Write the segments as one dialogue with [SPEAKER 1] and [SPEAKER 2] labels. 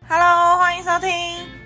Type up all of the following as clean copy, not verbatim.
[SPEAKER 1] Hello， 欢迎收听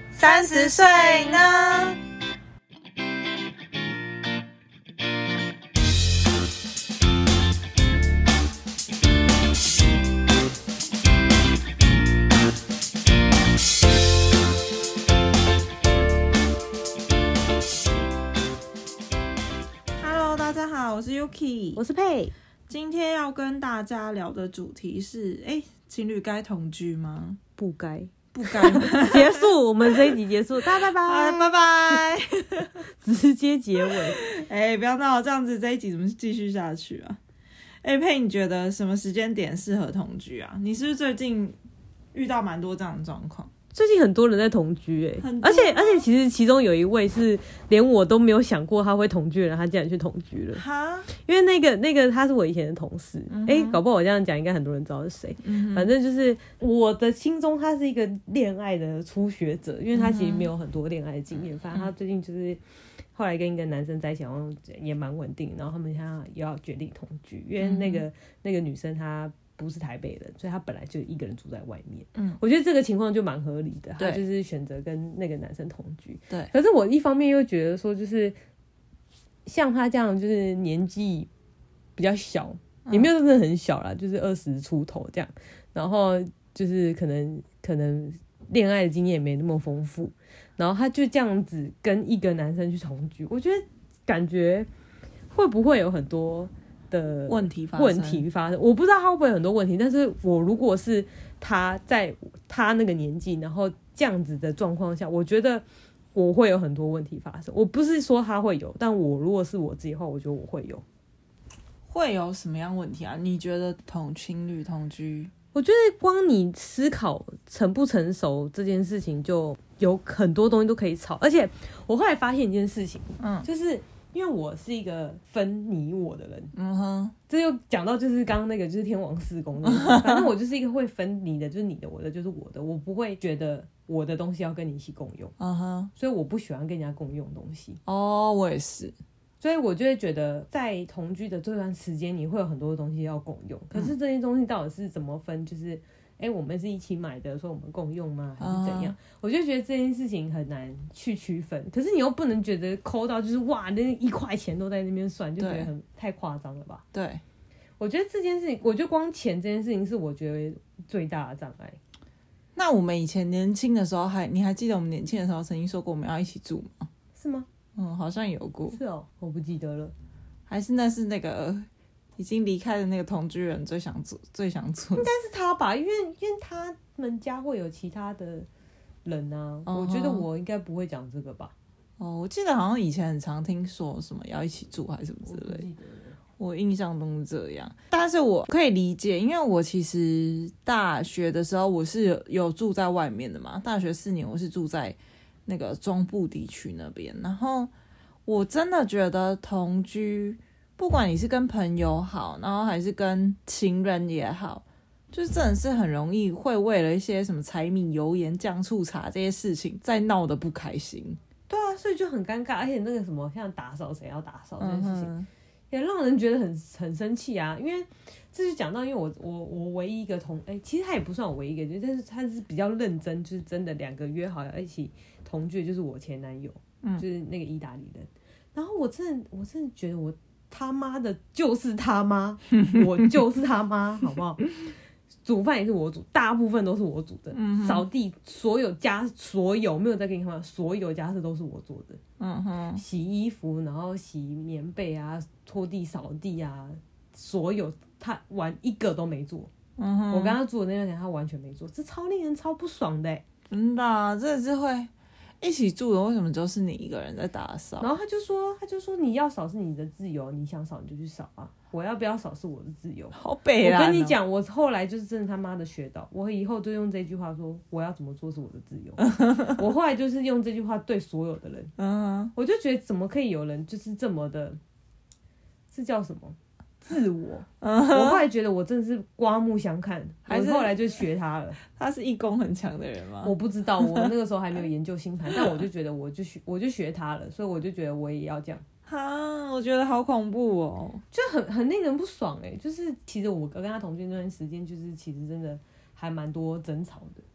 [SPEAKER 1] 30岁呢。Hello， 大家好，我是 Yuki，
[SPEAKER 2] 我是佩。
[SPEAKER 1] 今天要跟大家聊的主题是：情侣该同居吗？
[SPEAKER 2] 不该。
[SPEAKER 1] 不该
[SPEAKER 2] 结束，我们这一集结束，大家拜拜，
[SPEAKER 1] 拜拜，
[SPEAKER 2] 直接结尾。
[SPEAKER 1] 不要闹，这样子这一集怎么继续下去啊？佩，你觉得什么时间点适合同居啊？你是不是最近遇到蛮多这样的状况？
[SPEAKER 2] 最近很多人在同居
[SPEAKER 1] 而
[SPEAKER 2] 且其实其中有一位是连我都没有想过他会同居的人，他竟然去同居了。
[SPEAKER 1] 哈，
[SPEAKER 2] 因为那个他是我以前的同事，搞不好我这样讲应该很多人知道是谁。反正就是我的心中他是一个恋爱的初学者，因为他其实没有很多恋爱的经验。反正他最近就是后来跟一个男生在一起，好像也蛮稳定，然后他们现在也要决定同居，因为那个女生她不是台北人，所以他本来就一个人住在外面。我觉得这个情况就蛮合理的，他就是选择跟那个男生同居。
[SPEAKER 1] 对，
[SPEAKER 2] 可是我一方面又觉得说，就是像他这样，就是年纪比较小，也没有真的很小啦，就是20出头这样，然后就是可能恋爱的经验也没那么丰富，然后他就这样子跟一个男生去同居，我觉得感觉会不会有很多的问题发生，我不知道他会不会有很多问题，但是我如果是他在他那个年纪，然后这样子的状况下，我觉得我会有很多问题发生。我不是说他会有，但我如果是我自己的话，我觉得我会有。
[SPEAKER 1] 会有什么样问题啊？你觉得情侣同居？
[SPEAKER 2] 我觉得光你思考成不成熟这件事情，就有很多东西都可以吵。而且我后来发现一件事情，就是因为我是一个分你我的人，这又讲到就是刚刚那个就是天王四公，反正我就是一个会分你的就是你的，我的就是我的，我不会觉得我的东西要跟你一起共用，所以我不喜欢跟人家共用东西。
[SPEAKER 1] 我也是，所
[SPEAKER 2] 以我就会觉得在同居的这段时间，你会有很多东西要共用，可是这些东西到底是怎么分？就是我们是一起买的，所以我们共用吗？还是怎样？我就觉得这件事情很难去区分。可是你又不能觉得抠到就是哇，那1块钱都在那边算，就觉得太夸张了吧？
[SPEAKER 1] 对，
[SPEAKER 2] 我觉得这件事情，我觉得光钱这件事情是我觉得最大的障碍。
[SPEAKER 1] 那我们以前年轻的时候你还记得我们年轻的时候曾经说过我们要一起住吗？
[SPEAKER 2] 是吗？
[SPEAKER 1] 好像有过。
[SPEAKER 2] 是哦，我不记得了。
[SPEAKER 1] 还是那是那个已经离开的那个同居人最想做，
[SPEAKER 2] 应该是他吧，因为他们家会有其他的人啊，我觉得我应该不会讲这个吧。
[SPEAKER 1] 我记得好像以前很常听说什么要一起住还是什么之类的，我印象中是这样。但是我可以理解，因为我其实大学的时候我是有住在外面的嘛，大学4年我是住在那个中部地区那边，然后我真的觉得同居，不管你是跟朋友好，然后还是跟情人也好，就是真的是很容易会为了一些什么柴米油盐酱醋茶这些事情再闹得不开心。
[SPEAKER 2] 对啊，所以就很尴尬，而且那个什么像打扫谁要打扫这件事情，也让人觉得很生气啊。因为这就讲到，因为我唯一一个其实他也不算我唯一一个，但是他是比较认真，就是真的2个约好要一起同居，就是我前男友，就是那个意大利人。然后我真的觉得我他妈的就是他妈，我就是他妈，好不好？煮饭也是我煮，大部分都是我煮的，扫地所有没有在跟你开玩笑，所有家事都是我做的，洗衣服，然后洗棉被啊，拖地扫地啊，所有他一个都没做。我跟他住的那段时间他完全没做，这超令人超不爽的。
[SPEAKER 1] 真的啊，真的是会一起住的，为什么就是你一个人在打扫？
[SPEAKER 2] 然后他就说你要扫是你的自由，你想扫你就去扫啊，我要不要扫是我的自由。
[SPEAKER 1] 好北烂哦！
[SPEAKER 2] 我跟你讲，我后来就是真的他妈的学到，我以后就用这句话说，我要怎么做是我的自由。我后来就是用这句话对所有的人，我就觉得怎么可以有人就是这么的，这叫什么？自我，我后来觉得我真的是刮目相看，我后来就学他了。
[SPEAKER 1] 他是义工很强的人吗？
[SPEAKER 2] 我不知道，我那个时候还没有研究星盘，但我就觉得我就学他了，所以我就觉得我也要这样。
[SPEAKER 1] 我觉得好恐怖哦，
[SPEAKER 2] 就很令人不爽就是其实我跟他同居那段时间，就是其实真的还蛮多争吵的。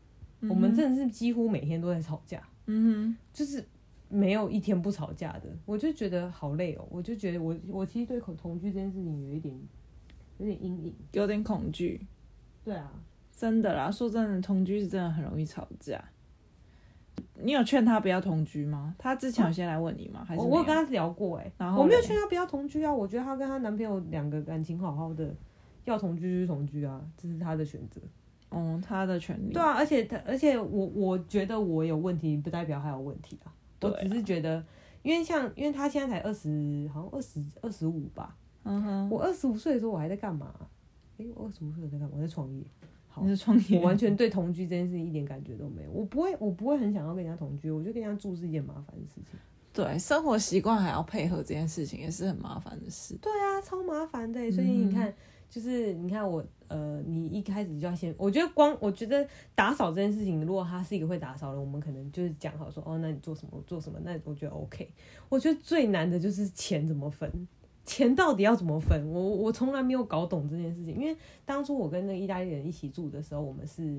[SPEAKER 2] 我们真的是几乎每天都在吵架，就是没有一天不吵架的。我就觉得好累哦，我就觉得我其实对同居这件事情有一点阴影，
[SPEAKER 1] 有点恐惧。
[SPEAKER 2] 对啊，
[SPEAKER 1] 真的啦，说真的，同居是真的很容易吵架。你有劝他不要同居吗？他之前有先来问你吗？还是
[SPEAKER 2] 我有跟他聊过
[SPEAKER 1] 然后
[SPEAKER 2] 我没有劝他不要同居啊。我觉得她跟她男朋友两个感情好好的，要同居就同居啊，这是他的选择。
[SPEAKER 1] 他的权利。
[SPEAKER 2] 对啊，而且我觉得我有问题，不代表他有问题啊。我只是觉得，因为他现在才好像25吧。我25岁的时候我还在干嘛？我25岁在干嘛？我在创业。
[SPEAKER 1] 你是创业？
[SPEAKER 2] 我完全对同居这件事情一点感觉都没有。我不会很想要跟人家同居，我觉得跟人家住是一件麻烦的事情。
[SPEAKER 1] 对，生活习惯还要配合这件事情，也是很麻烦的事。
[SPEAKER 2] 对啊，超麻烦的。所以你看，就是你看我你一开始就要先，我觉得打扫这件事情，如果他是一个会打扫的，我们可能就是讲好说，那你做什么我做什么，那我觉得 OK。我觉得最难的就是钱怎么分。钱到底要怎么分？我从来没有搞懂这件事情，因为当初我跟那个意大利人一起住的时候，我们是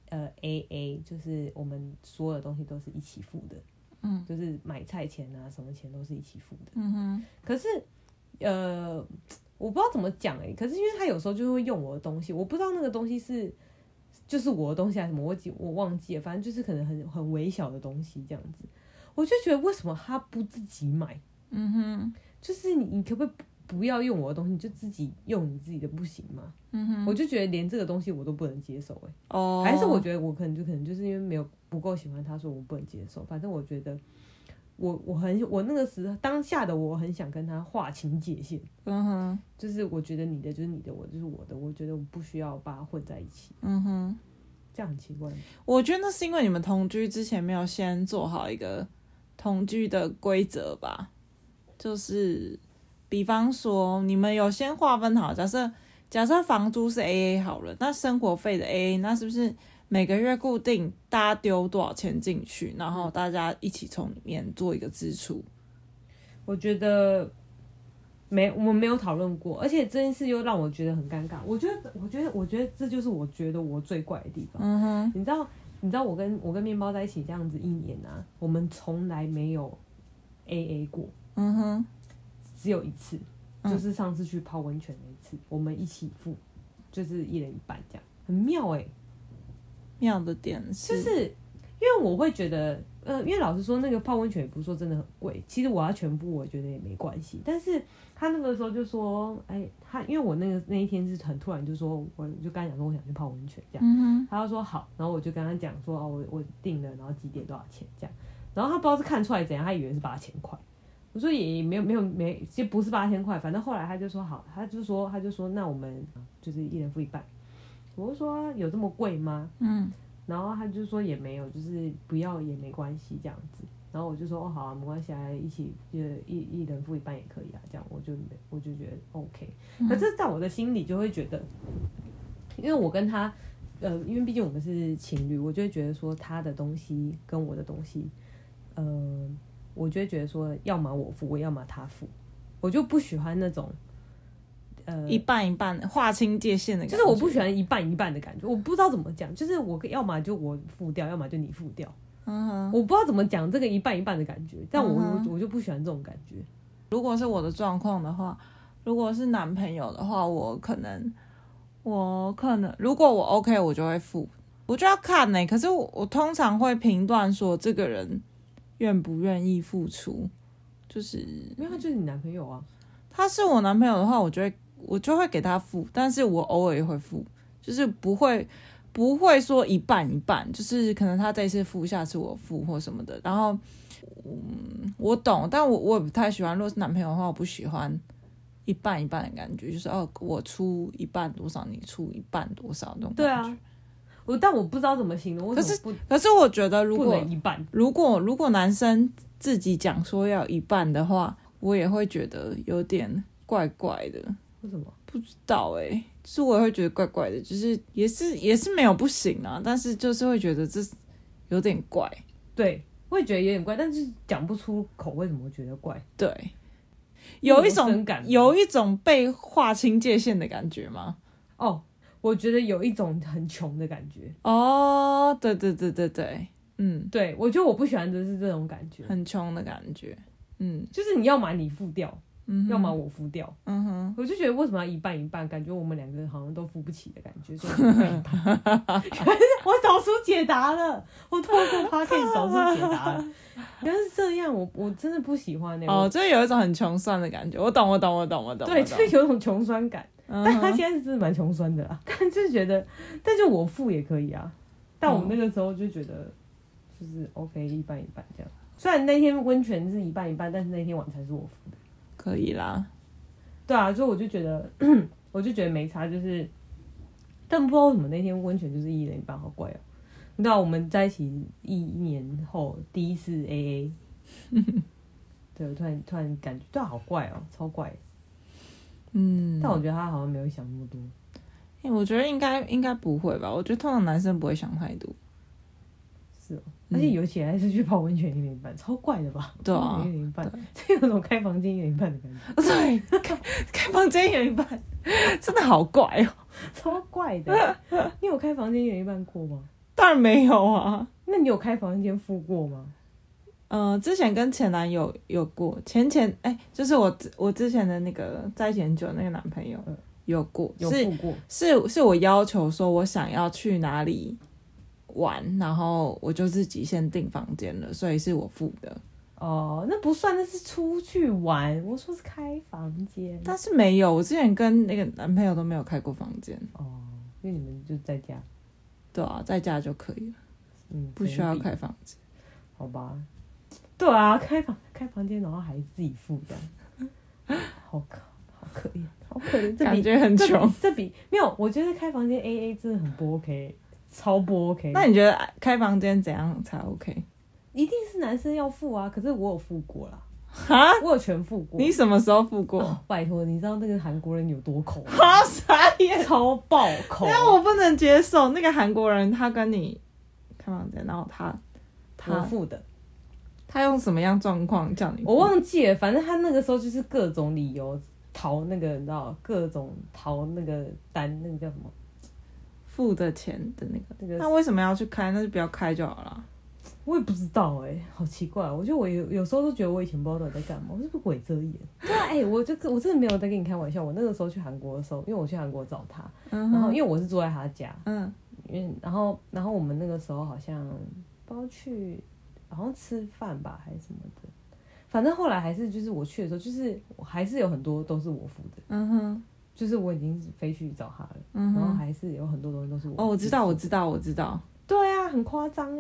[SPEAKER 2] AA， 就是我们所有的东西都是一起付的，就是买菜钱啊，什么钱都是一起付的。可是我不知道怎么讲可是因为他有时候就会用我的东西，我不知道那个东西就是我的东西还是什么，我忘记了，反正就是可能很微小的东西这样子，我就觉得为什么他不自己买？就是你可不可以不要用我的东西，你就自己用你自己的，不行吗？我就觉得连这个东西我都不能接受还是我觉得我可能就是因为不够喜欢他，所以我不能接受。反正我觉得我那个时候当下的我很想跟他划清界限，就是我觉得你的就是你的，我就是我的，我觉得我不需要把它混在一起。这样很奇怪吗？
[SPEAKER 1] 我觉得那是因为你们同居之前没有先做好一个同居的规则吧。就是比方说你们有先划分好，假设房租是 AA 好了，那生活费的 AA， 那是不是每个月固定大家丢多少钱进去，然后大家一起从里面做一个支出？
[SPEAKER 2] 我觉得我们没有讨论过，而且这件事又让我觉得很尴尬。我觉得这就是我觉得我最怪的地方。你知道我跟面包在一起这样子1年啊，我们从来没有 AA 过。只有一次，就是上次去泡温泉那一次，我们一起付，就是1人1半这样，很妙
[SPEAKER 1] 妙的点
[SPEAKER 2] 就是因为我会觉得，因为老实说，那个泡温泉也不是说真的很贵，其实我要全付，我觉得也没关系。但是他那个时候就说，因为我那一天是很突然就说，我就跟他讲说我想去泡温泉这样，他就说好，然后我就跟他讲说，我订了，然后几点多少钱这样，然后他不知道是看出来怎样，他以为是8000块。我说也没有，其实不是8000块，反正后来他就说好，他就说那我们就是1人付1半。我就说有这么贵吗？然后他就说也没有，就是不要也没关系这样子。然后我就说好啊，没关系啊，一起一人付1半也可以啊，这样我就觉得 OK。可是在我的心里就会觉得，因为我跟他因为毕竟我们是情侣，我就会觉得说他的东西跟我的东西，我就会觉得说，要么我付，要么他付，我就不喜欢那种，
[SPEAKER 1] 一半一半划清界限的感觉。
[SPEAKER 2] 就是我不喜欢一半一半的感觉，我不知道怎么讲，就是要么就我付掉，要么就你付掉。我不知道怎么讲这个一半一半的感觉，但我就不喜欢这种感觉。
[SPEAKER 1] 如果是我的状况的话，如果是男朋友的话，我可能，如果我 OK， 我就会付，我就要看可是我通常会评断说这个人愿不愿意付出，就是
[SPEAKER 2] 因为他就是你男朋友啊。
[SPEAKER 1] 他是我男朋友的话，我就会给他付，但是我偶尔也会付，就是不会说一半一半，就是可能他这次付，下次我付或什么的。然后我懂，但我也不太喜欢，如果是男朋友的话，我不喜欢一半一半的感觉，就是我出一半多少，你出一半多少那种感觉。
[SPEAKER 2] 对啊。但我不知道怎么形容。
[SPEAKER 1] 可是我觉得如果
[SPEAKER 2] 一半，
[SPEAKER 1] 如果男生自己讲说要一半的话，我也会觉得有点怪怪的。
[SPEAKER 2] 为什么？
[SPEAKER 1] 不知道就是我也会觉得怪怪的，就是也是没有不行啊，但是就是会觉得这有点怪。
[SPEAKER 2] 对，我也觉得有点怪，但是讲不出口为什么会觉得怪。
[SPEAKER 1] 对，有一种被划清界限的感觉吗？
[SPEAKER 2] 我觉得有一种很穷的感觉。
[SPEAKER 1] 哦，对对对对对，
[SPEAKER 2] 对，我觉得我不喜欢的是这种感觉，
[SPEAKER 1] 很穷的感觉，
[SPEAKER 2] 就是你要么你付掉，要么我付掉，我就觉得为什么要一半一半，感觉我们两个好像都付不起的感觉，所以一半一半。我找出解答了，我透过 Podcast 找出解答了。原来是这样，我真的不喜欢
[SPEAKER 1] 就是有一种很穷酸的感觉，我懂。
[SPEAKER 2] 对，就是有种穷酸感，但他现在是真的蛮穷酸的啦。但就是觉得，但就我付也可以啊。但我们那个时候就觉得，就是 OK 一半一半这样。虽然那天温泉是一半一半，但是那天晚餐是我付的，
[SPEAKER 1] 可以啦。
[SPEAKER 2] 对啊，所以我就觉得没差，就是，但不知道为什么那天温泉就是一人一半，好怪哦。你知道我们在一起1年后第一次 AA， 对，我突然感觉，对啊，好怪哦，超怪。但我觉得他好像没有想那么多。
[SPEAKER 1] 我觉得应该不会吧？我觉得通常男生不会想太多。
[SPEAKER 2] 是哦，而且尤其还是去泡温泉1年半，超怪的吧？
[SPEAKER 1] 对啊
[SPEAKER 2] ，1年半，这有种开房间1年半的感觉。
[SPEAKER 1] 对，开房间1年半，真的好怪哦，
[SPEAKER 2] 超怪的。你有开房间1年半过吗？
[SPEAKER 1] 当然没有啊。
[SPEAKER 2] 那你有开房间付过吗？
[SPEAKER 1] 之前跟前男友有过，就是我之前的那个在一起很久的那个男朋友有过，
[SPEAKER 2] 有付过，
[SPEAKER 1] 是我要求说我想要去哪里玩，然后我就自己先订房间了，所以是我付的。
[SPEAKER 2] 哦，那不算，那是出去玩。我说是开房间，
[SPEAKER 1] 但是没有，我之前跟那个男朋友都没有开过房间。
[SPEAKER 2] 哦，因为你们就在家。
[SPEAKER 1] 对啊，在家就可以了，不需要开房间。
[SPEAKER 2] 好吧。对啊，开房间，然后还自己付这样，好可怜，好可怜，
[SPEAKER 1] 感觉很穷。
[SPEAKER 2] 这比没有，我觉得开房间 AA 真的很不 OK， 超不 OK。
[SPEAKER 1] 那你觉得开房间怎样才 OK？
[SPEAKER 2] 一定是男生要付啊，可是我有付过啦。
[SPEAKER 1] 哈，
[SPEAKER 2] 我有全付过。
[SPEAKER 1] 你什么时候付过？
[SPEAKER 2] 拜托，你知道那个韩国人有多抠吗？
[SPEAKER 1] 好傻眼，
[SPEAKER 2] 超爆抠。
[SPEAKER 1] 但我不能接受那个韩国人，他跟你开房间，然后他
[SPEAKER 2] 付的。
[SPEAKER 1] 他用什么样状况叫你付？
[SPEAKER 2] 我忘记了，反正他那个时候就是各种理由逃那个，你知道，各种逃那个单，那个叫什么？
[SPEAKER 1] 付的钱的那个。那为什么要去开？那就不要开就好了。
[SPEAKER 2] 我也不知道好奇怪。我觉得我有时候都觉得我以前不知道到底在干嘛，我是不是鬼遮眼？对啊，我真的没有在跟你开玩笑。我那个时候去韩国的时候，因为我去韩国找他，然后因为我是住在他家，然后我们那个时候好像不知道去。好像吃饭吧还是什么的，反正后来还是就是我去的时候，就是我还是有很多都是我付的，就是我已经飞去找他了，然后还是有很多东西都是我付的。
[SPEAKER 1] 我知道，
[SPEAKER 2] 对啊，很夸张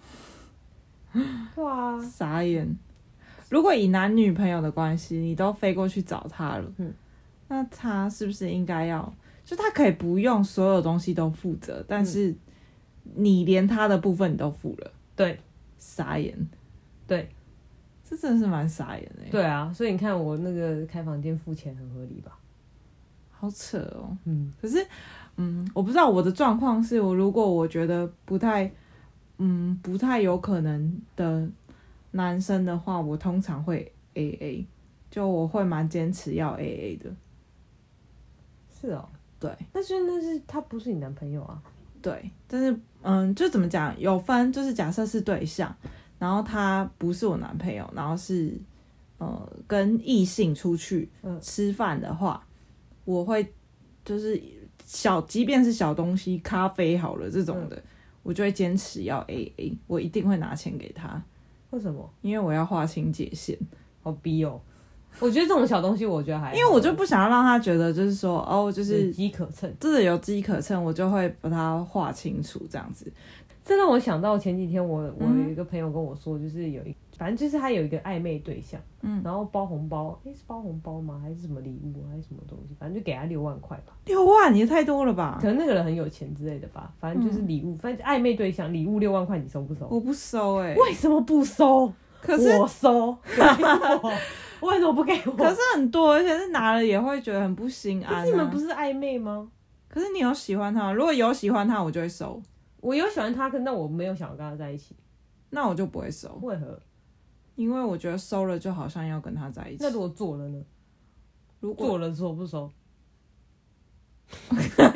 [SPEAKER 2] 对啊，
[SPEAKER 1] 傻眼。如果以男女朋友的关系，你都飞过去找他了，那他是不是应该要，就他可以不用所有东西都负责，但是你连他的部分你都付了，
[SPEAKER 2] 对。
[SPEAKER 1] 傻眼，
[SPEAKER 2] 对，
[SPEAKER 1] 这真的是蛮傻眼的。
[SPEAKER 2] 对啊，所以你看我那个开房间付钱很合理吧？
[SPEAKER 1] 好扯哦。可是，我不知道我的状况是，如果我觉得不太有可能的男生的话，我通常会 AA， 就我会蛮坚持要 AA 的。
[SPEAKER 2] 是哦，
[SPEAKER 1] 对，
[SPEAKER 2] 那是他不是你男朋友啊？
[SPEAKER 1] 对，但是就怎么讲，有分，就是假设是对象，然后他不是我男朋友，然后是跟异性出去吃饭的话，我会就是即便是小东西，咖啡好了这种的，我就会坚持要 AA， 我一定会拿钱给他。
[SPEAKER 2] 为什么？
[SPEAKER 1] 因为我要划清界限。
[SPEAKER 2] 好逼哦。我觉得这种小东西，我觉得还好，
[SPEAKER 1] 因为我就不想要让他觉得就是说就是
[SPEAKER 2] 有机可乘，
[SPEAKER 1] 真的有机可乘，我就会把它划清楚这样子。
[SPEAKER 2] 这让我想到前几天我有一个朋友跟我说，就是反正就是他有一个暧昧对象，然后包红包，是包红包吗？还是什么礼物还是什么东西？反正就给他6万块吧。
[SPEAKER 1] 6万也太多了吧？
[SPEAKER 2] 可能那个人很有钱之类的吧。反正就是礼物，反正暧昧对象礼物6万块，你收不收？
[SPEAKER 1] 我不收
[SPEAKER 2] 为什么不收？
[SPEAKER 1] 可是
[SPEAKER 2] 我收。为什么不给我？
[SPEAKER 1] 可是很多，而且是拿了也会觉得很不心安。
[SPEAKER 2] 可是你们不是暧昧吗？
[SPEAKER 1] 可是你有喜欢他，如果有喜欢他，我就会收。
[SPEAKER 2] 我有喜欢他，但我没有想要跟他在一起，
[SPEAKER 1] 那我就不会收。
[SPEAKER 2] 为何？
[SPEAKER 1] 因为我觉得收了就好像要跟他在一起。
[SPEAKER 2] 那如果做了呢？如果做了之后不收，
[SPEAKER 1] 等一下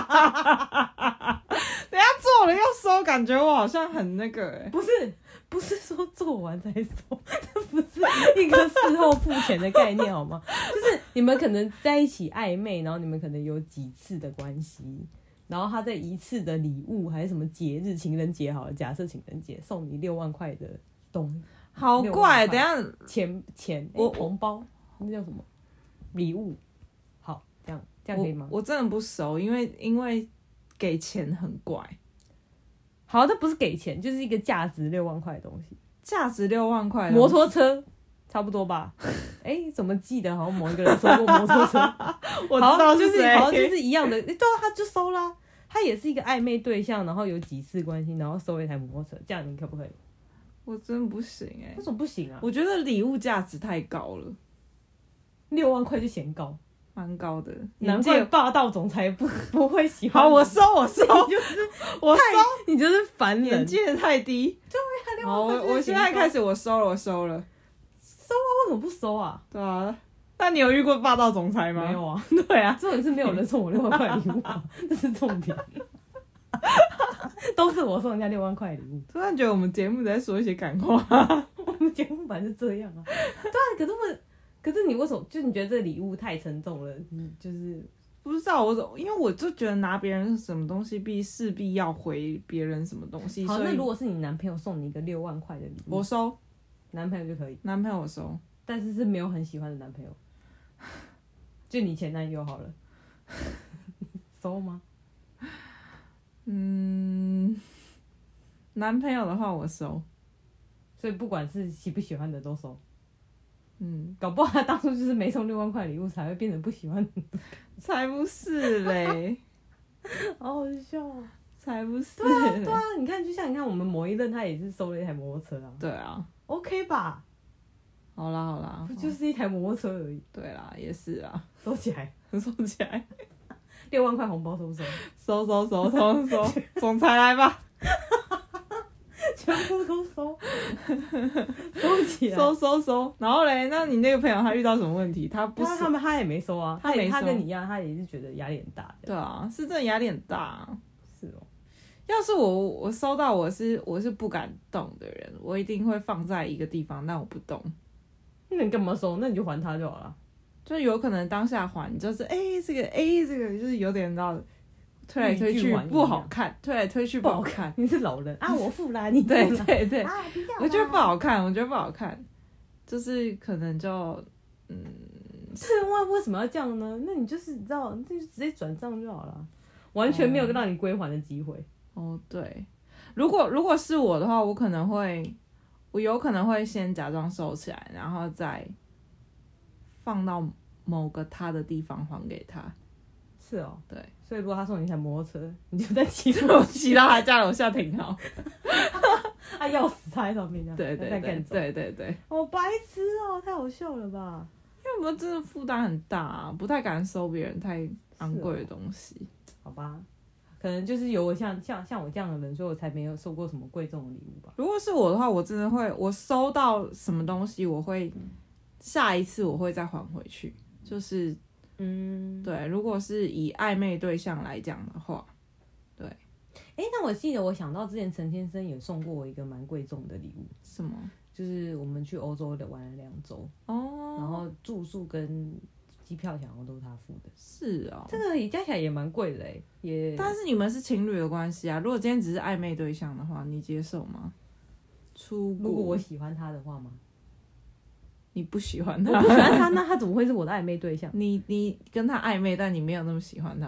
[SPEAKER 1] 做了又收，感觉我好像很那个
[SPEAKER 2] 不是说做完再收，这不是一个事后付钱的概念好吗？就是你们可能在一起暧昧，然后你们可能有几次的关系，然后他在一次的礼物还是什么节日，情人节好了，假设情人节送你6万块的东西，
[SPEAKER 1] 好怪。等一下
[SPEAKER 2] 钱红包那叫什么礼物？好，这样可以吗？
[SPEAKER 1] 我真的不熟，因为给钱很怪。
[SPEAKER 2] 好，这不是给钱，就是一个价值6万块的东西。
[SPEAKER 1] 价值6万块，
[SPEAKER 2] 摩托车差不多吧？怎么记得好像某一个人收过摩托车？
[SPEAKER 1] 我知道
[SPEAKER 2] 好像就是一样的。对啊，他就收啦。他也是一个暧昧对象，然后有几次关系，然后收一台摩托车，这样你可不可以？
[SPEAKER 1] 我真的不行
[SPEAKER 2] 为什么不行啊？
[SPEAKER 1] 我觉得礼物价值太高了
[SPEAKER 2] ，6万块就嫌高。
[SPEAKER 1] 蛮高的，
[SPEAKER 2] 难怪霸道总裁不会喜欢。
[SPEAKER 1] 好，我收，
[SPEAKER 2] 你就是烦人，
[SPEAKER 1] 年纪也太低。
[SPEAKER 2] 对啊，
[SPEAKER 1] 好，我现在开始我收了。
[SPEAKER 2] 收啊？为什么不收啊？
[SPEAKER 1] 对啊，那你有遇过霸道总裁吗？
[SPEAKER 2] 没有啊。
[SPEAKER 1] 对啊，
[SPEAKER 2] 重点是没有人送我6万块礼物啊，这是重点。都是我送人家6万块礼物。
[SPEAKER 1] 突然觉得我们节目在说一些感话。
[SPEAKER 2] 我们节目本来是这样啊。对啊，可是你为什么就你觉得这礼物太沉重了？就是
[SPEAKER 1] 不知道因为我就觉得拿别人什么东西势必要回别人什么东西。
[SPEAKER 2] 好，那如果是你男朋友送你一个6万块的礼物，
[SPEAKER 1] 我收，
[SPEAKER 2] 男朋友就可以。
[SPEAKER 1] 男朋友我收，
[SPEAKER 2] 但是没有很喜欢的男朋友，就你前男友好了，收吗？
[SPEAKER 1] 男朋友的话我收，
[SPEAKER 2] 所以不管是喜不喜欢的都收。搞不好他当初就是没送6万块礼物，才会变成不喜欢你。
[SPEAKER 1] 才不是嘞，
[SPEAKER 2] 好好笑啊！
[SPEAKER 1] 才不是。
[SPEAKER 2] 对啊，你看，就像你看我们某一任他也是收了一台摩托车啊。
[SPEAKER 1] 对啊
[SPEAKER 2] ，OK 吧？
[SPEAKER 1] 好啦，
[SPEAKER 2] 不就是一台摩托车而已。
[SPEAKER 1] 对啦，也是啊，
[SPEAKER 2] 收起来，6万块红包收不收？
[SPEAKER 1] 收，总裁来吧。
[SPEAKER 2] 全部都收起来，
[SPEAKER 1] 收。然后嘞，那你那个朋友他遇到什么问题？他
[SPEAKER 2] 也没收啊，他跟你一样，他也是觉得压力很大。
[SPEAKER 1] 对啊，是真的压力很大啊。
[SPEAKER 2] 是哦，
[SPEAKER 1] 要是我收到我是不敢动的人，我一定会放在一个地方，但我不动。
[SPEAKER 2] 那你干嘛收？那你就还他就好了。
[SPEAKER 1] 就有可能当下还，就是这个就是有点到推来推去不好看，推来推去不好看。
[SPEAKER 2] 你是老人啊，我付啦，你
[SPEAKER 1] 对
[SPEAKER 2] 啊，
[SPEAKER 1] 我觉得不好看，就是可能就
[SPEAKER 2] 为什么要这样呢？那你就是知道，那就直接转账就好了，完全没有让你归还的机会。
[SPEAKER 1] 对，如果是我的话，我有可能会先假装收起来，然后再放到某个他的地方还给他。
[SPEAKER 2] 是哦，
[SPEAKER 1] 对，
[SPEAKER 2] 所以如果他送你一台摩托车，你就在骑
[SPEAKER 1] 到他家楼下停好，
[SPEAKER 2] 他钥匙插在上面，
[SPEAKER 1] 对，
[SPEAKER 2] 好白痴哦，太好笑了吧？
[SPEAKER 1] 因为我们真的负担很大啊，不太敢收别人太昂贵的东西。
[SPEAKER 2] 好吧，可能就是有我像我这样的人，所以我才没有收过什么贵重的礼物吧。
[SPEAKER 1] 如果是我的话，我真的会，我收到什么东西，我会下一次我会再还回去，就是对。如果是以暧昧对象来讲的话，对。
[SPEAKER 2] 那我记得我想到之前陈先生也送过我一个蛮贵重的礼物。
[SPEAKER 1] 什么？
[SPEAKER 2] 就是我们去欧洲玩了2周然后住宿跟机票好像都是他付的。
[SPEAKER 1] 是哦，
[SPEAKER 2] 这个加起来也蛮贵的也。
[SPEAKER 1] 但是你们是情侣的关系啊，如果今天只是暧昧对象的话，你接受吗？出国？
[SPEAKER 2] 如果我喜欢他的话吗？
[SPEAKER 1] 你不喜欢他？
[SPEAKER 2] 我不喜欢他，那他怎么会是我的暧昧对象？
[SPEAKER 1] 你跟他暧昧，但你没有那么喜欢他，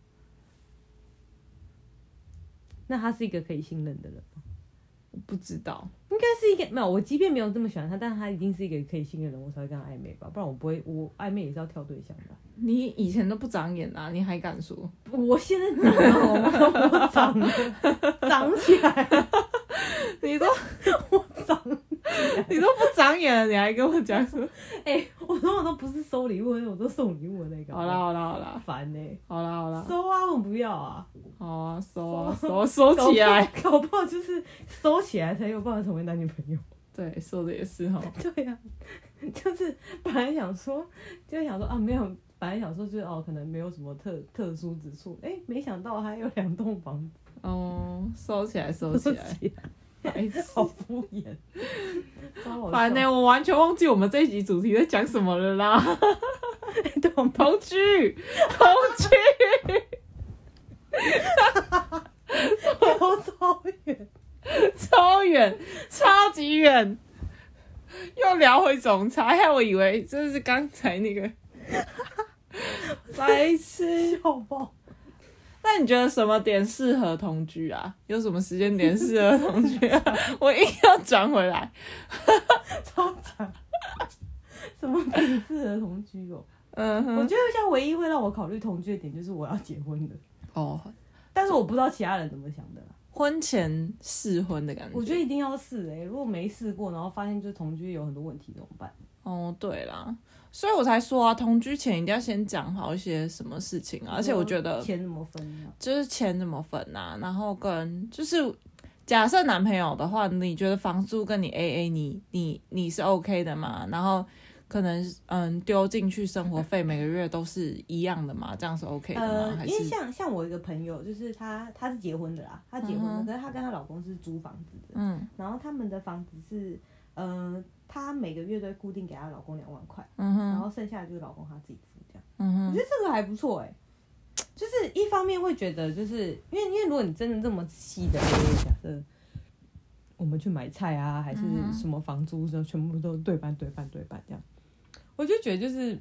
[SPEAKER 2] 那他是一个可以信任的人吗？
[SPEAKER 1] 我不知道，
[SPEAKER 2] 应该是一个没有。我即便没有这么喜欢他，但是他一定是一个可以信任的人，我才会跟他暧昧吧，不然我不会。我暧昧也是要挑对象的。
[SPEAKER 1] 你以前都不长眼啊，你还敢说？
[SPEAKER 2] 我现在长了好吗？我长了，长起来了。
[SPEAKER 1] 你都
[SPEAKER 2] 我长了，
[SPEAKER 1] 你都不长眼了，你还跟我讲说？
[SPEAKER 2] 我说我都不是收礼物，我都送礼物的那个。
[SPEAKER 1] 好啦，
[SPEAKER 2] 烦
[SPEAKER 1] 好啦，
[SPEAKER 2] 收啊，我不要啊。
[SPEAKER 1] 好啊，收起来，
[SPEAKER 2] 搞不好就是收起来才有办法成为男女朋友。
[SPEAKER 1] 对，说的也是哈。
[SPEAKER 2] 对啊，就是本来想说啊，没有，本本来想说就是可能没有什么特殊之处，没想到还有2栋房子。
[SPEAKER 1] 收起来，
[SPEAKER 2] 好敷衍，
[SPEAKER 1] 烦欸，我完全忘记我们这一集主题在讲什么了啦。同居，超远，超级远，又聊回总裁，害我以为这是刚才那个白痴，
[SPEAKER 2] 笑爆。
[SPEAKER 1] 那你觉得什么点适合同居啊？有什么时间点适合同居啊？我硬要转回来，
[SPEAKER 2] 超惨。什么点适合同居哦？我觉得像唯一会让我考虑同居的点就是我要结婚的但是我不知道其他人怎么想的啦。
[SPEAKER 1] 婚前试婚的感觉，
[SPEAKER 2] 我觉得一定要试如果没试过，然后发现就是同居有很多问题怎么办？
[SPEAKER 1] 对啦，所以我才说同居前一定要先讲好一些什么事情而且我觉得
[SPEAKER 2] 钱怎么分啊？
[SPEAKER 1] 就是钱怎么分啊，然后跟就是假设男朋友的话，你觉得房租跟你 AA 你是 OK 的嘛？然后可能丢进去生活费每个月都是一样的嘛？这样是 OK 的吗？还是
[SPEAKER 2] 因为像我一个朋友，就是他是结婚的啦，他结婚了，可是他跟他老公是租房子的，然后他们的房子是她每个月都会固定给她老公2万块，然后剩下的就是老公他自己付这样。我觉得这个还不错就是一方面会觉得就是因为如果你真的这么细的假设我们去买菜啊还是什么房租的全部都对半这样，我就觉得就是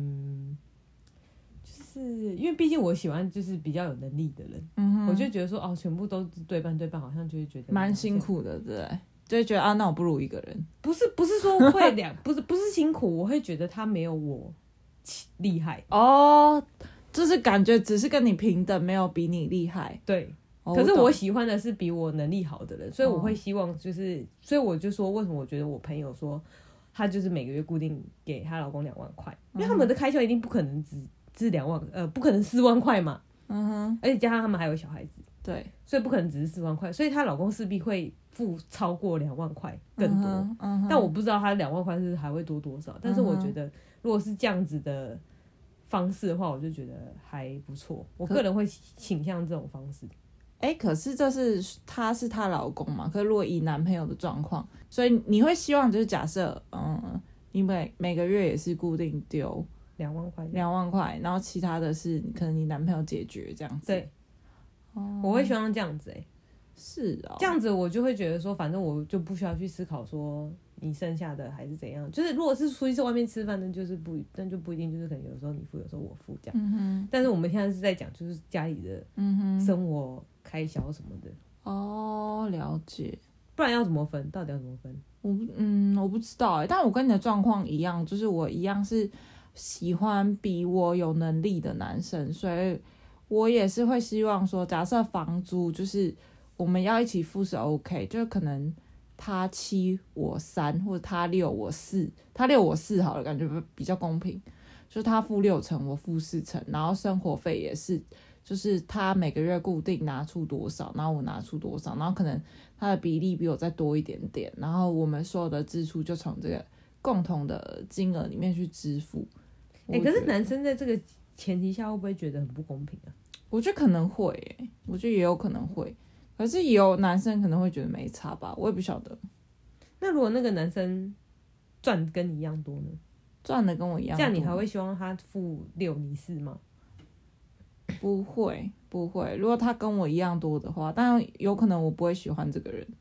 [SPEAKER 2] 就是因为毕竟我喜欢就是比较有能力的人，我就觉得说全部都对半好像就会觉得
[SPEAKER 1] 蛮辛苦的，对不对？就会觉得那我不如一个人。
[SPEAKER 2] 不是说会不是辛苦，我会觉得他没有我厉害
[SPEAKER 1] 就是感觉只是跟你平等，没有比你厉害。
[SPEAKER 2] 对，可是我喜欢的是比我能力好的人，所以我会希望就是所以我就说为什么我觉得我朋友说她就是每个月固定给她老公2万块，因为他们的开销一定不可能只是2万不可能4万块嘛，而且加上他们还有小孩子，
[SPEAKER 1] 对，
[SPEAKER 2] 所以不可能只是4万块，所以她老公势必会付超过2万块更多，但我不知道他2万块是还会多多少，但是我觉得如果是这样子的方式的话，我就觉得还不错，我个人会倾向这种方式。
[SPEAKER 1] 可是他是她老公嘛？可是如果以男朋友的状况，所以你会希望就是假设你每个月也是固定丢
[SPEAKER 2] 2万块，
[SPEAKER 1] 然后其他的是可能你男朋友解决这样子。
[SPEAKER 2] 对，我会希望这样子
[SPEAKER 1] 是
[SPEAKER 2] 这样子我就会觉得说，反正我就不需要去思考说你剩下的还是怎样。就是如果是出去外面吃饭，那就不一定，就是可能有时候你付，有时候我付这样。但是我们现在是在讲就是家里的生活开销什么的。
[SPEAKER 1] 了解。
[SPEAKER 2] 不然要怎么分？到底要怎么分？
[SPEAKER 1] 我不知道但我跟你的状况一样，就是我一样是喜欢比我有能力的男生，所以我也是会希望说，假设房租就是我们要一起付是 OK， 就是可能他7我3，或者他6我4，他6我4好了，感觉比较公平。就是他付6成，我付4成，然后生活费也是，就是他每个月固定拿出多少，然后我拿出多少，然后可能他的比例比我再多一点点，然后我们所有的支出就从这个共同的金额里面去支付。
[SPEAKER 2] 可是男生在这个前提下会不会觉得很不公平啊？
[SPEAKER 1] 我觉得可能会我觉得也有可能会，可是也有男生可能会觉得没差吧，我也不晓得。
[SPEAKER 2] 那如果那个男生赚跟你一样多呢？
[SPEAKER 1] 赚的跟我一样多，
[SPEAKER 2] 这样你还会希望他付6你4吗？
[SPEAKER 1] 不会，如果他跟我一样多的话，但有可能我不会喜欢这个人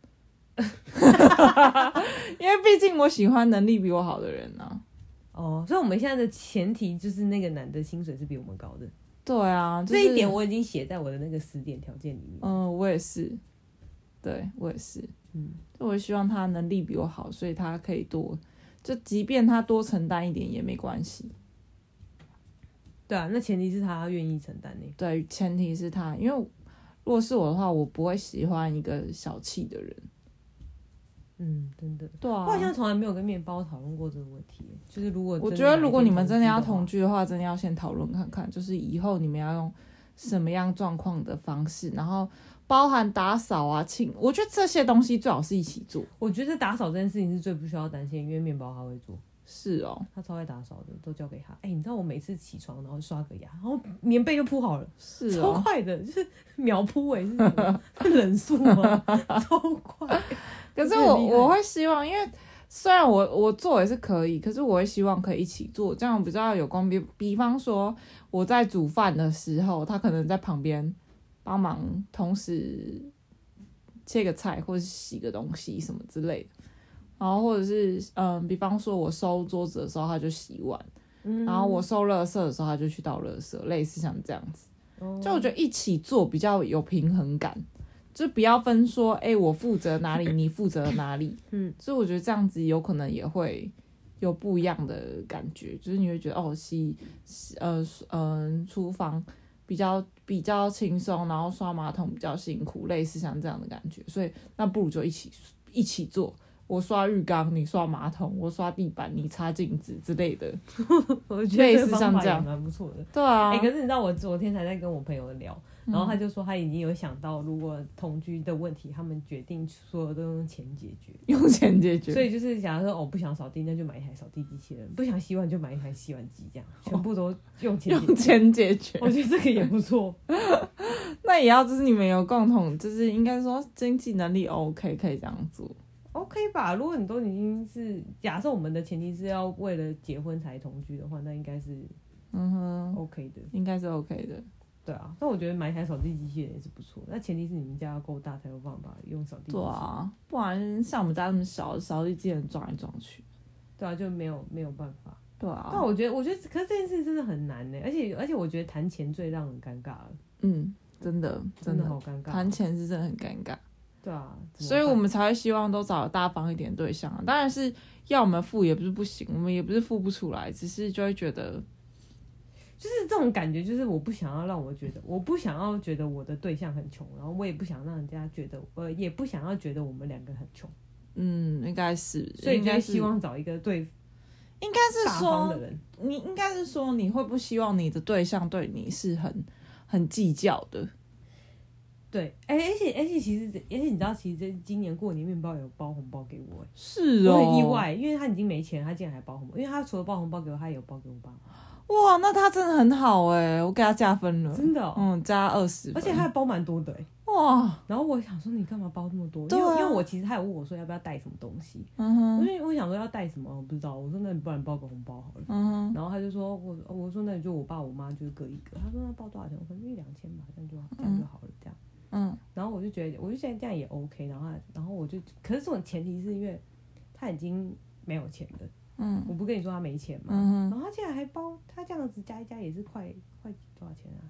[SPEAKER 1] 因为毕竟我喜欢能力比我好的人啊。
[SPEAKER 2] 所以我们现在的前提就是那个男的薪水是比我们高的。
[SPEAKER 1] 对啊，
[SPEAKER 2] 这一点我已经写在我的那个10点条件里面。
[SPEAKER 1] 我也是，对，我也是。就我希望他能力比我好，所以他可以多，就即便他多承担一点也没关系。
[SPEAKER 2] 对啊，那前提是他愿意承担
[SPEAKER 1] 对，前提是他，因为如果是我的话，我不会喜欢一个小气的人。
[SPEAKER 2] 真的。
[SPEAKER 1] 对啊，
[SPEAKER 2] 我好像从来没有跟面包讨论过这个问题。就是
[SPEAKER 1] 我觉得如果你们真的要同居的话，真的要先讨论看看，就是以后你们要用什么样状况的方式，然后包含打扫啊、我觉得这些东西最好是一起做。
[SPEAKER 2] 我觉得打扫这件事情是最不需要担心，因为面包他会做。
[SPEAKER 1] 是哦，
[SPEAKER 2] 他超爱打扫的，都交给他。你知道我每次起床然后刷个牙，然后棉被就铺好了，
[SPEAKER 1] 是
[SPEAKER 2] 超快的，就是秒铺是什么？冷速吗？超快。
[SPEAKER 1] 可是我会希望，因为虽然我做也是可以，可是我会希望可以一起做，这样比较有公平。比方说我在煮饭的时候，他可能在旁边帮忙，同时切个菜或者洗个东西什么之类的。然后或者是比方说我收桌子的时候，他就洗碗，然后我收垃圾的时候，他就去倒垃圾，类似像这样子。就我觉得一起做比较有平衡感。就不要分说，我负责哪里，你负责哪里。所以我觉得这样子有可能也会有不一样的感觉，就是你会觉得厨房比较轻松，然后刷马桶比较辛苦，类似像这样的感觉。所以那不如就一起做。我刷浴缸，你刷马桶；我刷地板，你擦镜子之类的。
[SPEAKER 2] 我觉得这个方法也蛮不错的。
[SPEAKER 1] 对啊，
[SPEAKER 2] 可是你知道我昨天才在跟我朋友聊，然后他就说他已经有想到，如果同居的问题，他们决定所有都用钱解决，
[SPEAKER 1] 用钱解决。
[SPEAKER 2] 所以就是假如说不想扫地，那就买一台扫地机器人；不想洗碗就买一台洗碗机，这样全部都用钱
[SPEAKER 1] 解决。
[SPEAKER 2] 我觉得这个也不错。
[SPEAKER 1] 那也要就是你们有共同，就是应该说经济能力 OK 可以这样做。
[SPEAKER 2] OK 吧，如果你都已经是假设我们的前提是要为了结婚才同居的话，那应该是OK 的，
[SPEAKER 1] 应该是 OK 的。
[SPEAKER 2] 对啊，但我觉得买一台扫地机器人也是不错，那前提是你们家要够大才有办法用扫地机器人。
[SPEAKER 1] 对啊，不然像我们家那么小，扫地机器人撞来撞去。
[SPEAKER 2] 对啊，就没有办法。
[SPEAKER 1] 对啊，
[SPEAKER 2] 但我觉得，可是这件事真的很难呢，而且我觉得谈钱最让人尴尬了。
[SPEAKER 1] 真的
[SPEAKER 2] 好尴尬，
[SPEAKER 1] 谈钱是真的很尴尬。
[SPEAKER 2] 对啊，
[SPEAKER 1] 所以我们才会希望都找大方一点对象啊。当然是要我们付也不是不行，我们也不是付不出来，只是就会觉得，
[SPEAKER 2] 就是这种感觉，就是我不想要觉得我的对象很穷，然后我也不想让人家觉得，也不想要觉得我们两个很穷。
[SPEAKER 1] 应该是，
[SPEAKER 2] 所以就希望找一个
[SPEAKER 1] 应该是说
[SPEAKER 2] 大方的人。
[SPEAKER 1] 你应该是说你会不希望你的对象对你是很计较的。
[SPEAKER 2] 对，而且其实你知道，其实今年过年面包有包红包给我，
[SPEAKER 1] 是哦，
[SPEAKER 2] 我很意外，因为他已经没钱，他竟然还包红包，因为他除了包红包给我，他也有包给我爸。
[SPEAKER 1] 哇，那他真的很好我给他加分了，
[SPEAKER 2] 真的
[SPEAKER 1] 加20分，
[SPEAKER 2] 而且他还包蛮多的
[SPEAKER 1] 哇！
[SPEAKER 2] 然后我想说你干嘛包这么多？
[SPEAKER 1] 对啊，
[SPEAKER 2] 因为我其实他有问我说要不要带什么东西，我想说要带什么，我不知道，我说那你不然包个红包好了，然后他就说我说那你就我爸我妈就是各一个，他说那包多少钱？我说1-2千吧，这样就好了这样。然后我就觉得这样也 OK， 然后我就，可是这种前提是因为他已经没有钱了，我不跟你说他没钱嘛，然后他竟然还包，他这样子加一加也是快多少钱啊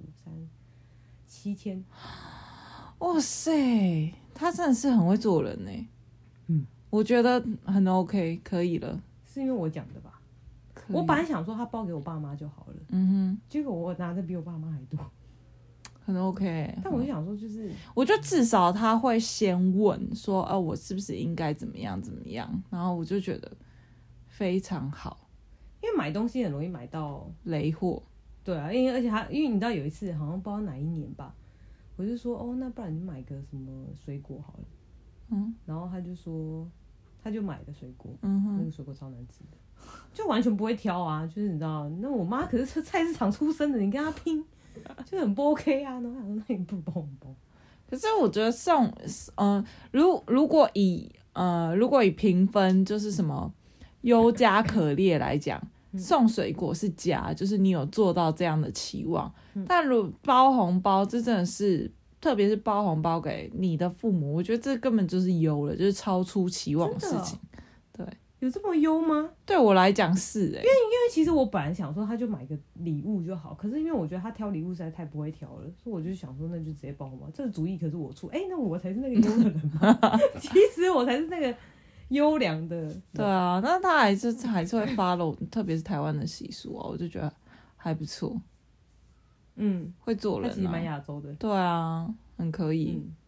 [SPEAKER 2] ？15、3、7千，
[SPEAKER 1] 哇塞，他真的是很会做人我觉得很 OK， 可以了。
[SPEAKER 2] 是因为我讲的吧？我本来想说他包给我爸妈就好了，结果我拿的比我爸妈还多。
[SPEAKER 1] 很 OK，
[SPEAKER 2] 但我就想说，就是
[SPEAKER 1] 我觉得至少他会先问说，我是不是应该怎么样，然后我就觉得非常好，
[SPEAKER 2] 因为买东西很容易买到
[SPEAKER 1] 雷货。
[SPEAKER 2] 对啊，因为你知道有一次好像不知道哪一年吧，我就说那不然你买个什么水果好了，然后他就说他就买的水果，那个水果超难吃的，就完全不会挑啊，就是你知道，那我妈可是菜市场出身的，你跟她拼。就很不 OK 啊，然后那你不包红包？
[SPEAKER 1] 可是我觉得如果以评分就是什么优加可劣来讲，送水果是加，就是你有做到这样的期望。但如包红包，这真的是，特别是包红包给你的父母，我觉得这根本就是优了，就是超出期望的事情。对。
[SPEAKER 2] 有这么优吗？
[SPEAKER 1] 对我来讲是
[SPEAKER 2] 因为其实我本来想说他就买个礼物就好，可是因为我觉得他挑礼物实在太不会挑了，所以我就想说那就直接包红包。这个主意可是我出，那我才是那个优的人嘛。其实我才是那个优良的。
[SPEAKER 1] 对啊，那他还是会 follow， 特别是台湾的习俗我就觉得还不错。会做人
[SPEAKER 2] 他其实蛮亚洲的。
[SPEAKER 1] 对啊，很可以。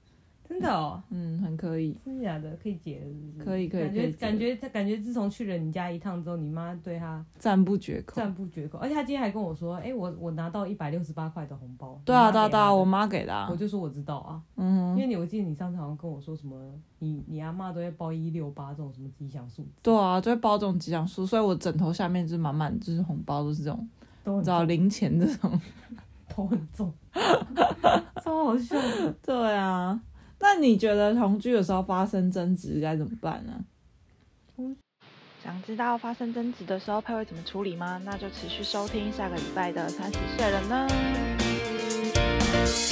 [SPEAKER 2] 真的哦，
[SPEAKER 1] 很可以。
[SPEAKER 2] 真的假的？可以结了是不是？
[SPEAKER 1] 可以。
[SPEAKER 2] 感觉自从去了你家一趟之后，你妈对他
[SPEAKER 1] 赞不绝口。
[SPEAKER 2] 而且他今天还跟我说，我拿到168块的红包。
[SPEAKER 1] 对啊，我妈给的啊。
[SPEAKER 2] 我就说我知道啊，因为我记得你上次好像跟我说什么，你阿嬷都会包168这种什么吉祥数字。对
[SPEAKER 1] 啊，就会包这种吉祥数，所以我枕头下面就是满满就是红包，都是这种，你知道零钱这种，
[SPEAKER 2] 头很重，超好笑的。
[SPEAKER 1] 对啊。那你觉得同居的时候发生争执该怎么办呢？想知道发生争执的时候佩会怎么处理吗？那就持续收听下个礼拜的30岁了呢。